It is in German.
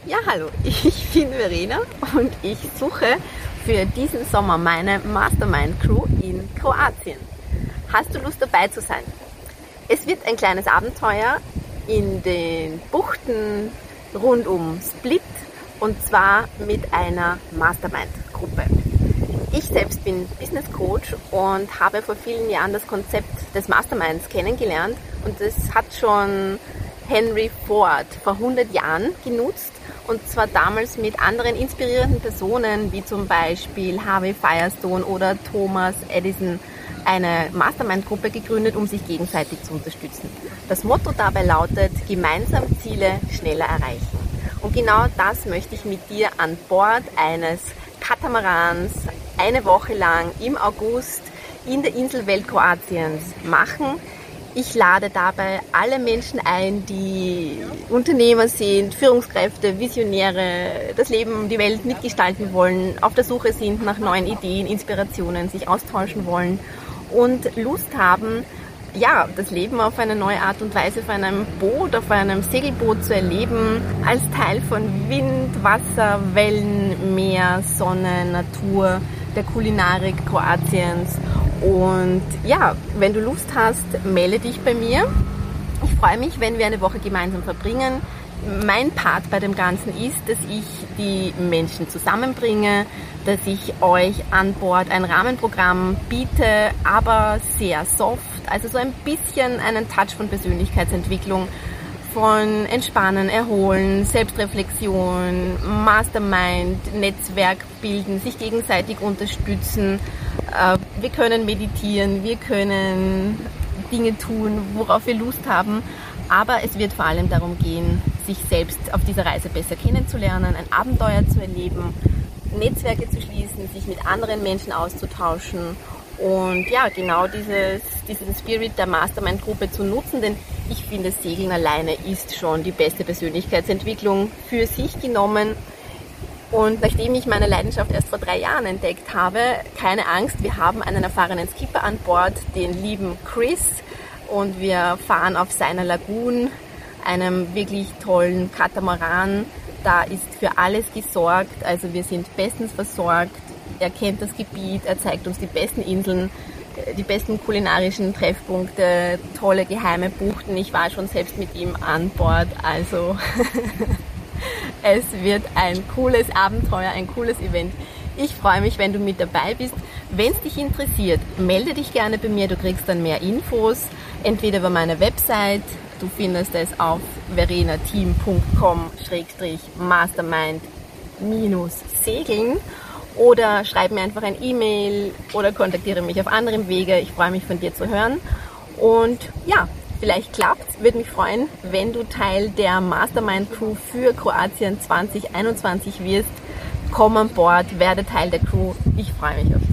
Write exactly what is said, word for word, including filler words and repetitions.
Ja, hallo, ich bin Verena und ich suche für diesen Sommer meine Mastermind-Crew in Kroatien. Hast du Lust dabei zu sein? Es wird ein kleines Abenteuer in den Buchten rund um Split und zwar mit einer Mastermind-Gruppe. Ich selbst bin Business Coach und habe vor vielen Jahren das Konzept des Masterminds kennengelernt und das hat schon Henry Ford vor hundert Jahren genutzt und zwar damals mit anderen inspirierenden Personen wie zum Beispiel Harvey Firestone oder Thomas Edison eine Mastermind-Gruppe gegründet, um sich gegenseitig zu unterstützen. Das Motto dabei lautet, gemeinsam Ziele schneller erreichen. Und genau das möchte ich mit dir an Bord eines Katamarans eine Woche lang im August in der Inselwelt Kroatiens machen. Ich lade dabei alle Menschen ein, die Unternehmer sind, Führungskräfte, Visionäre, das Leben, die Welt mitgestalten wollen, auf der Suche sind nach neuen Ideen, Inspirationen, sich austauschen wollen und Lust haben, ja, das Leben auf eine neue Art und Weise auf einem Boot, auf einem Segelboot zu erleben, als Teil von Wind, Wasser, Wellen, Meer, Sonne, Natur, der Kulinarik Kroatiens. Und ja, wenn du Lust hast, melde dich bei mir. Ich freue mich, wenn wir eine Woche gemeinsam verbringen. Mein Part bei dem Ganzen ist, dass ich die Menschen zusammenbringe, dass ich euch an Bord ein Rahmenprogramm biete, aber sehr soft, also so ein bisschen einen Touch von Persönlichkeitsentwicklung, von Entspannen, Erholen, Selbstreflexion, Mastermind, Netzwerk bilden, sich gegenseitig unterstützen. Wir können meditieren, wir können Dinge tun, worauf wir Lust haben, aber es wird vor allem darum gehen, sich selbst auf dieser Reise besser kennenzulernen, ein Abenteuer zu erleben, Netzwerke zu schließen, sich mit anderen Menschen auszutauschen und ja, genau dieses, diesen Spirit der Mastermind-Gruppe zu nutzen, denn ich finde, Segeln alleine ist schon die beste Persönlichkeitsentwicklung für sich genommen. Und nachdem ich meine Leidenschaft erst vor drei Jahren entdeckt habe, keine Angst, wir haben einen erfahrenen Skipper an Bord, den lieben Chris, und wir fahren auf seiner Lagoon, einem wirklich tollen Katamaran. Da ist für alles gesorgt, also wir sind bestens versorgt. Er kennt das Gebiet, er zeigt uns die besten Inseln, die besten kulinarischen Treffpunkte, tolle geheime Buchten. Ich war schon selbst mit ihm an Bord, also es wird ein cooles Abenteuer, ein cooles Event. Ich freue mich, wenn du mit dabei bist. Wenn es dich interessiert, melde dich gerne bei mir. Du kriegst dann mehr Infos, entweder über meine Website, du findest es auf verenateam punkt com slash mastermind segeln oder schreib mir einfach ein E-Mail oder kontaktiere mich auf anderem Wege. Ich freue mich, von dir zu hören. Und ja, vielleicht klappt's. Würde mich freuen, wenn du Teil der Mastermind-Crew für Kroatien zwanzig einundzwanzig wirst. Komm an Bord, werde Teil der Crew. Ich freue mich auf dich.